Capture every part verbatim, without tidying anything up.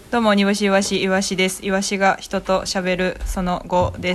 どうも煮干しいわしいわしです。いわしが人と喋るその後です。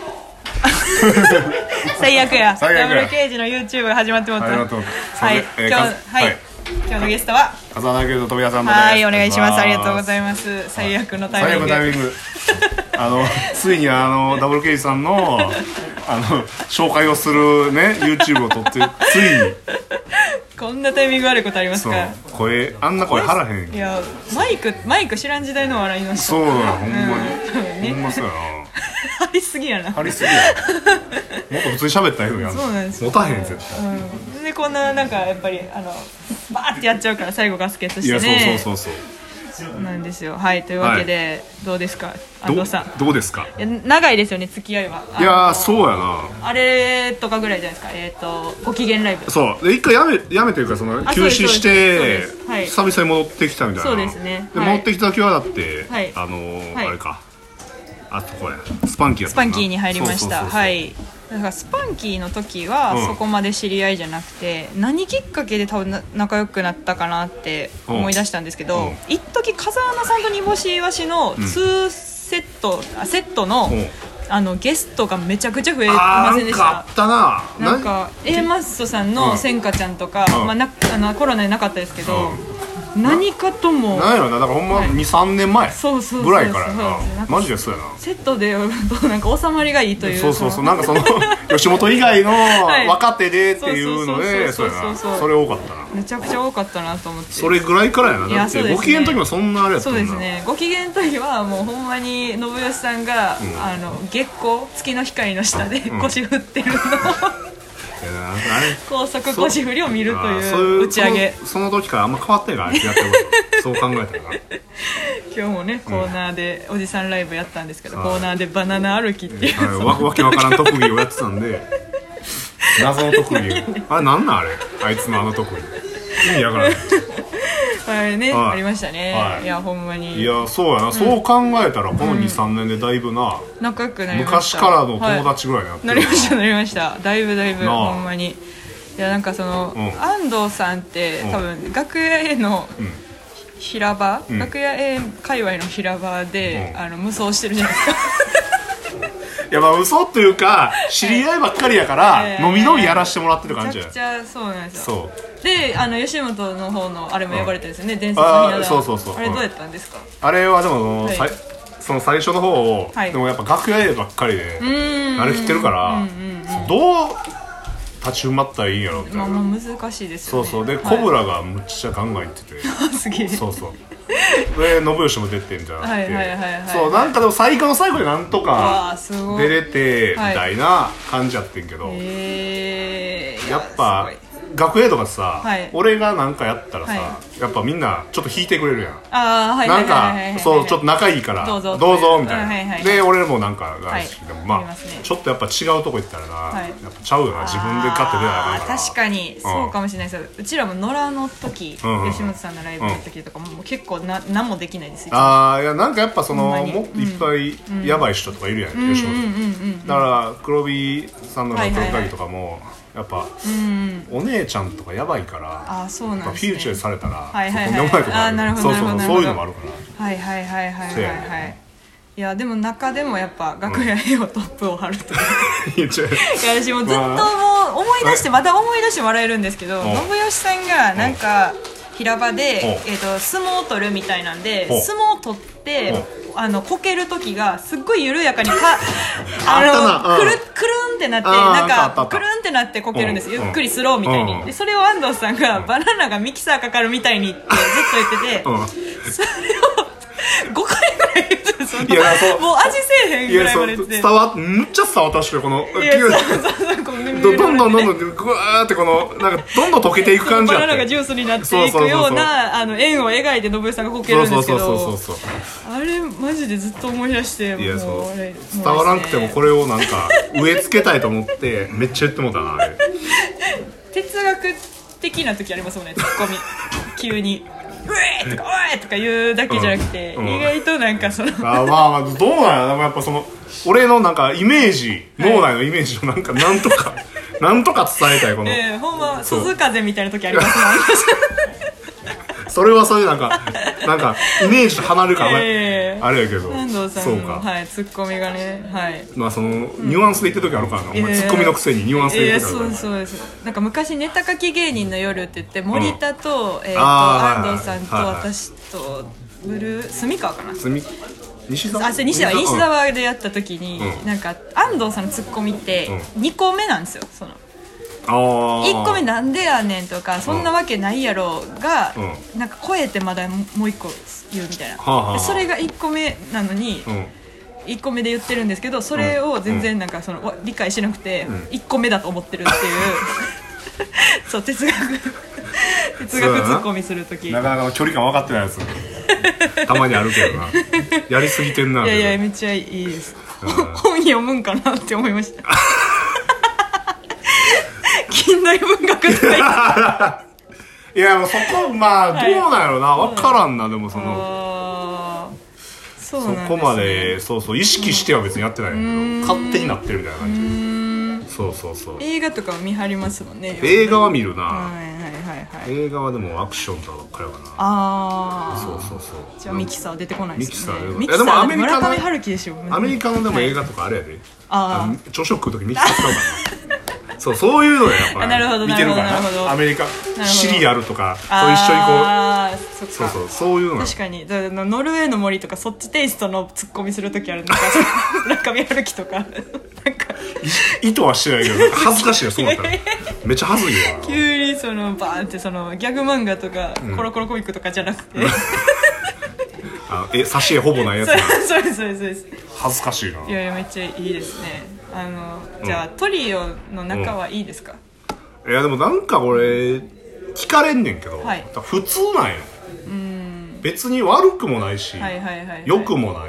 最悪や。 最悪や。 ダブル刑事の YouTube が始まってもった。 ありがとう。 はい、 えー、 今日、はい、 はい、 今日のゲストは風穴家の富田さんです。 はい、お願いします。ありがとうございます。最悪のタイミング。 最悪のタイミング。あのついにあのダブル刑事さんのあの紹介をするね YouTube を撮ってついに。 こんなタイミング悪いことありますか。 声あんな声張らへん。 いやマイクマイク知らん時代の笑いの人。 そうだほんまに、うんね、ほんまそうやな。 張りすぎやな。 張りすぎや。もっと普通に喋ったらいいのやん。 そうなんですよ。 持たへん絶対。 うん、でこんななんかやっぱりあのバーってやっちゃうから最後ガスケットしてね。 いやそうそうそうそう。 なんですよ。はいというわけで、はい、どうですか安藤さん。 どうですか。 いや長いですよね付き合いは。 いやそうやな。 あれとかぐらいじゃないですか。えっ、ー、とご機嫌ライブ。 そうで一回やめやめてるからその休止して、はい、久々に戻ってきたみたいな。 そうですね。 で、はい、戻ってきた時はだって、はい、あのーはい、あれかあそこやスパンキーやったスパンキーに入りました。はい。だからスパンキーの時はそこまで知り合いじゃなくて、うん、何きっかけで多分仲良くなったかなって思い出したんですけど、うん、一時風穴さんと煮干しいわしのにセット、うん、あセットの、うん、あのゲストがめちゃくちゃ増えませんでした。 あーなんかあったな。 なんか A マッソさんのせんかちゃんとか、うんまあ、なあのコロナでなかったですけど、うん何かともなんやろなだからほんま、はい、にさんねんまえぐらいからやな。マジでそうやな。 セットでなんか収まりがいいというそうそうそうなんかその吉本以外の若手でっていうのでそうやなそれ多かったな。 めちゃくちゃ多かったなと思ってそれぐらいからやな。だってご機嫌の時もそんなあれやったもんな。 そうですねご機嫌の時はもうほんまに信義さんが、うん、あの月光月の光の下で腰振ってるのを、うん高速腰振りを見るという打ち上げ。 その時からあんま変わってないからやってることそう考えたら今日もねコーナーでおじさんライブやったんですけど、うん、コーナーでバナナ歩きっていう、 はい、わ, わけわからん特技をやってたんで謎の特技あれなんなんあれあいつのあの特技意味わからないはいね、 はい、 ありましたね、はい、いやほんまにいやそうやな、うん、そう考えたらこの にさんねんでだいぶな、 うん、仲良くなりました。 昔からの友達ぐらいになってる、 はい、なりましたなりましただいぶだいぶほんまに。いやなんかその、うん、安藤さんって多分楽屋への平場、うん、楽屋へ界隈の平場で、うん、あの無双してるじゃないですかいやまあ嘘っていうか知り合いばっかりやからのみのみやらしてもらってる感じじゃない。 めちゃくちゃそうなんですよ。 そうであの吉本の方のあれも呼ばれてるんですよね、うん、伝説のひな壇。 そうそうそう。 あれどうやったんですか。 あれはでも、はい、その最初の方を、はい、でもやっぱ楽屋へばっかりで慣れきってるからどう立ち埋まったらいいんやろみたいな。 まあまあ難しいですよね。 そうそうで、はい、コブラがむっちゃガンガンいっててすげえ。 そうそうで信義も出てんじゃなくて、 はいはいはいはい、 そうなんかでも最後の最後でなんとか出れてみたいな感じやってんけど、はい、やっぱ楽屋とかさ、はい、俺がなんかやったらさ、はい、やっぱみんなちょっと引いてくれるやん。 あ、はい、 なんかそうちょっと仲いいからどうぞどうぞみたいな、はいはい、で俺もなんかが、はい、でもまあ、ね、ちょっとやっぱ違うとこ行ったらな、はい、やっぱちゃうよな自分で勝って出ないから。 確かにそうかもしれないですよ、うん、うちらも野良の時、うんうん、吉本さんのライブの時とかも、うん、結構な何もできないです。 ああいやなんかやっぱそのもっといっぱいやばい人とかいるやん、うん、吉本だから黒帯さんの黒帯とかも、はいはいはいやっぱ、うん、お姉ちゃんとかやばいからあそうなんです、ね、 フィーチャーされたら、 はいはいはい、 とんでもないことある。 あなるほどそうそうそうそういうのもあるからはいはいはいはいはいはい。いやでも中でもやっぱ楽屋へをトップを張るという、うん、いや私もずっともう思い出してまた思い出して笑えるんですけど、信義さんがなんか平場で、えー、と相撲を取るみたいなんで相撲を取ってあのこける時がすっごい緩やかにかあのくるくるんってなってなんかくるんってなってこけるんです。ゆっくりスローみたいに。でそれを安藤さんがバナナがミキサーかかるみたいにってずっと言っててそれをごかいぐらい言ってる。そんなもう味せえへんぐらいまで言って伝わっむっちゃ伝わったしこのどんどんどんどんグワーってこのなんかどんどん溶けていく感じやってバナナがジュースになっていくようなあの円を描いて信義さんがこけるんですけどあれマジでずっと思い出していやそうあれ伝わらんくてもこれをなんか植え付けたいと思ってめっちゃ言ってもうたなあれ哲学的な時ありますもんねツッコミ急にうえーとかおえーとか言うだけじゃなくて、うんうん、意外となんかそのあまあまあどうなんやでもやっぱその俺のなんかイメージ、はい、脳内のイメージをなんかなんとかなんとか伝えたいこの、 えー、ほんま鈴風みたいな時ありますねそれはそういうなんかなんかイメージと離れるから、えー、あれやけど安藤さんのはい、ツッコミがね、はい、 まあそのニュアンスで言ってる時あるからな、うん、お前ツッコミのくせにニュアンスで言ってる時あるから、 そうそうです。なんか昔ネタ書き芸人の夜って言って森田と、うん、えー、と安藤さんと私とブルー住川かな住西沢あそれ西沢西沢でやった時に、うん、なんか安藤さんのツッコミってにこめなんですよ。そのいっこめなんでやねんとかそんなわけないやろが、うん、なんか超えてまだもういっこ言うみたいな、はあはあ、それがいっこめなのに、うん、いっこめで言ってるんですけどそれを全然なんかその理解しなくて、うん、いっこめだと思ってるっていうそう哲学哲学ツッコミするときなかなか距離感分かってないやつたまにあるけどなやりすぎてんな。 いやいやめっちゃいいです。本読むんかなって思いました近代文学とかいやもうそこまあどうなんやろな、はい、分からんな。でもそのそ, そこまでそうそう意識しては別にやってないんだけど勝手になってるみたいな感じ。そうそうそう映画とかも見張りますもんね。 映画は見るな、 はいはいはいはい、 映画はでもアクションとかばっかりかな。 ああそうそうそう。 じゃあミキサー出てこないですよね。 ミキサーでもアメリカの村上春樹でしょ。 アメリカのでも映画とかあれやで、はい、ああ朝食食う時ミキサー使うからなそうそういうのやっぱり見てるからな。アメリカシリアルとかと一緒にこうあそっかそうそうそういうの確かにノルウェーの森とかそっちテイストのツッコミする時あるなんか村上春樹とかなんか意図はしてないけど恥ずかしいよそうだったらめっちゃ恥ずいわ急にそのバーンってそのギャグ漫画とか、うん、コロコロコミックとかじゃなくてあえ挿絵ほぼないやつそうですそうですそうです恥ずかしいな。 いやいやめっちゃいいですね。あのじゃあ、うん、トリオの仲はいいですか？ うん、いやでもなんか俺聞かれんねんけど、はい、普通なんよ。うん別に悪くもないし、はいはいはいはい、良くもない。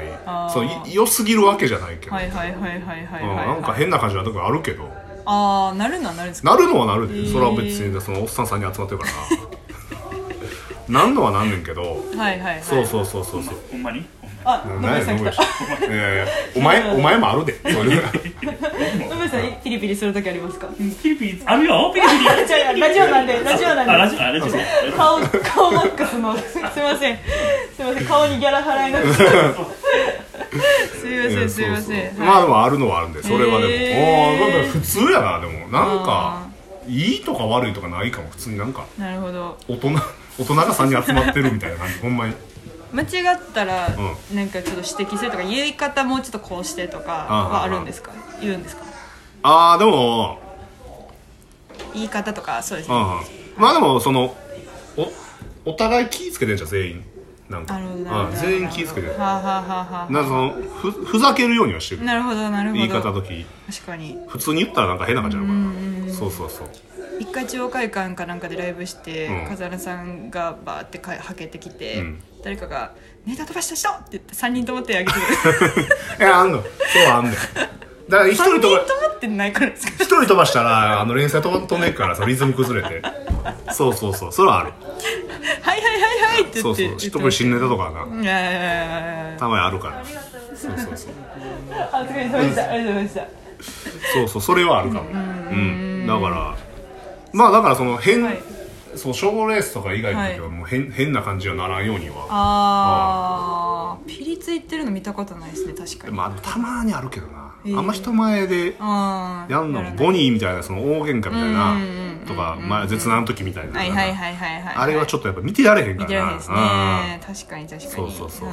そう良すぎるわけじゃないけど、はいはいはいはいはいはい、なんか変な感じなとこあるけど。 ああなるのはなるんですか？ なるのはなるで、えー、それは別にそのおっさんさんに集まってるからななんのはなんねんけど、はいはいはい、そうそうそうそうそう。 ほんまに？ あ、野村さん来た。 いやいや、お前お前もあるで。野村さんピリピリする時ありますか？ ピリピリあるよ。ピリピリ。ラジオなんでラジオなんで。 あラジオラジオ。 顔顔マックスのすみませんすみません顔にギャラ払いなくて。すみませんすみません。 まあでもあるのはあるんで、それはでも、おおなんか普通やな。でもなんかいいとか悪いとかないかも。普通になんか。 なるほど。 大人大人がさんにん集まってるみたいな感じ。ほんまに。 間違ったら、うん、なんかちょっと指摘するとか言い方もうちょっとこうしてとかはあるんですか？言うんですか？ ああでも言い方とかそうですね。 まあでもその お, お互い気ぃつけてるじゃん全員なんか全員気ぃつけてる。はあはあはあ。なんかその ふ, ふざけるようにはしてる。 なるほどなるほど。 言い方時確かに普通に言ったらなんか変な感じなのかな。そうそうそう。 一回中央会館かなんかでライブして、うん、風穴さんがバーってはけてきて、うん、誰かが「ネタ飛ばした人!」って言ってさんにんとも手挙げてくれるいやあんのそうあんのだから一人飛ばさんにんともってないからですか？ 一人飛ばしたらあの連載飛んでくからさリズム崩れてそうそうそうそれはあるはいはいはいはいって言ってそうそう一人新ネタとかないやいやいやいやたまにあるからそうそうそうあすごいそうでしたありがとうございましたそうそうそれはあるかもうんだからまあだからその変、はい、そう賞レースとか以外の時はもう 変,、はい、変な感じはならんようにはああピリついてるの見たことないですね確かに。 まあたまにあるけどな、えー、あんま人前でやんのボニーみたいなその大喧嘩みたいなとか、まあ、絶難の時みたいなあれはちょっとやっぱ見てられへんからな。見てられへんですね確かに確かにそうそうそう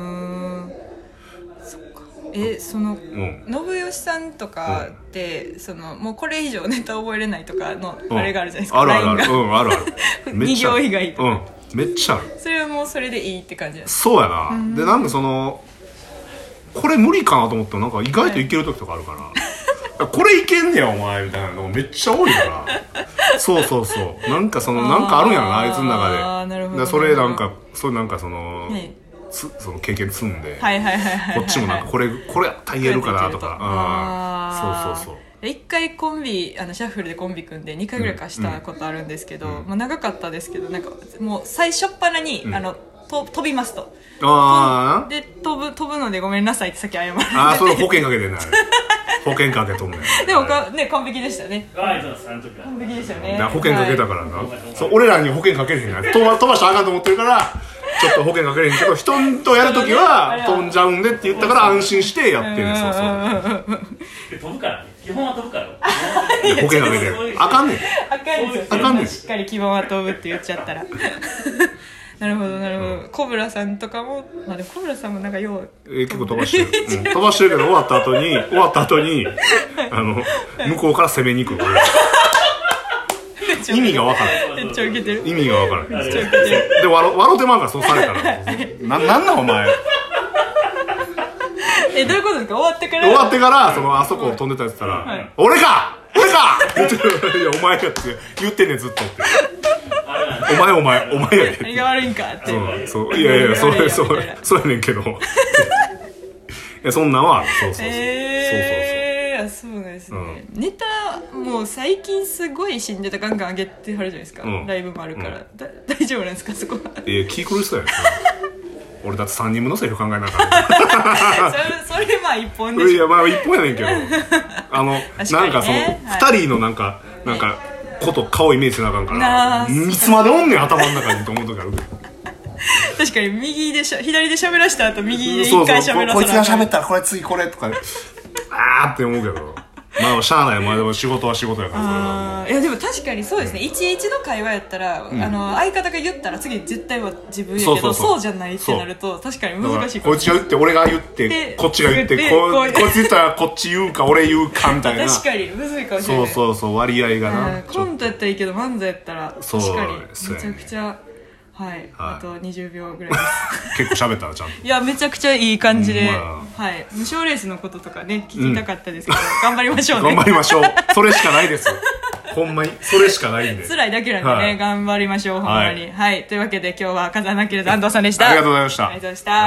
えその、うん、信義さんとかって、うん、そのもうこれ以上ネタ覚えれないとかのあれがあるじゃないですか、 うん、あるあるある、うん、あるあるに行以外とか、 うん、めっちゃある。 それはもうそれでいいって感じです。 そうやな、うん、でなんかそのこれ無理かなと思ってもなんか意外といける時とかあるから、はい、これいけんねやお前みたいなのめっちゃ多いからそうそうそうなんかそのなんかあるんやろなあいつの中で。あなるほど。それなんかそれなんかその、はいその経験積んでこっちもなんかこれこれ大変かなとかあそうそうそう一回コンビあのシャッフルでコンビ組んでにかいぐらい貸したことあるんですけど、うんうんまあ、長かったですけどなんかもう最初っ端に、うん、あのと飛びますとあで飛ぶ飛ぶのでごめんなさいってさっき謝られてあそれ保険かけてない保険かけとんねん。 でもかね完璧でしたね。 完璧でしたね。 保険かけたからな、そう俺らに保険かけへんから飛ば飛ばしたらあかんと思ってるからちょっと保険かけれへんけど人とやるときは飛んじゃうんでって言ったから安心してやってるんですよ。そう飛ぶからね、基本は飛ぶから保険かけてるあかんねんあかんねんあかんねんしっかり基本は飛ぶって言っちゃったらなるほどなるほど。コブラさんとかも、まあでもコブラさんもなんかよう、 えー、結構飛ばしてる、うん、飛ばしてるけど終わった後に終わった後にあの向こうから攻めに行く意味が分からない。 めっちゃウケてる。 意味が分からない。 めっちゃウケてる。 で笑笑てまうからそうされたらななんなんお前。 えどういうことですか。終わってから終わってからそのあそこを飛んでたやつったら、はい、俺か俺かって言っていやお前やって言ってんねんずっとってお前お前お前やで何が悪いんかってそうそういやいやそれそれそうやねんけどいやそんなんはそうそうそう、 えー、そうそうそうそうなんですね、うん、ネタもう最近すごい新ネタガンガン上げてはるじゃないですか、うん、ライブもあるから、うん、だ大丈夫なんですかそこは。 えー、気狂いそうやな俺だってさんにんぶんのセリフ考えながらそれそれまあ一本でしょ。 いやまあ一本やねんけどあの、ね、なんかその、はい、ふたりのなんかなんかこと顔イメージせなあかんからいつまでおんねん頭の中にと思う時ある確かに右でしゃ左で喋らした後右で一回喋らせなあかん。 こいつが喋ったらこれ次これとかあーって思うけどまあしゃあない。まあでも仕事は仕事やからそれはもう。 いやでも確かにそうですね、いちいちの会話やったら、うん、あの相方が言ったら次絶対は自分やけど、そうそうそうそうじゃないってなると確かに難しいかも。 こいつが言って俺が言ってこっちが言ってここいつ言ったらこっち言うか俺言うかみたいな確かにむずいかもしれない。 そうそうそう割合がな、 コントやったらいいけど漫才やったら確かにめちゃくちゃはい、はい、あとにじゅうびょうぐらいです結構喋ったらちゃんといやめちゃくちゃいい感じで、うんまあ、はい無償レースのこととかね聞きたかったですけど、うん、頑張りましょうね頑張りましょうそれしかないですほんまにそれしかないんで辛いだけなんでね、はい、頑張りましょうほんまに、はい、はい、というわけで今日は風穴切れず安藤さんでした。 ありがとうございました。 ありがとうございました。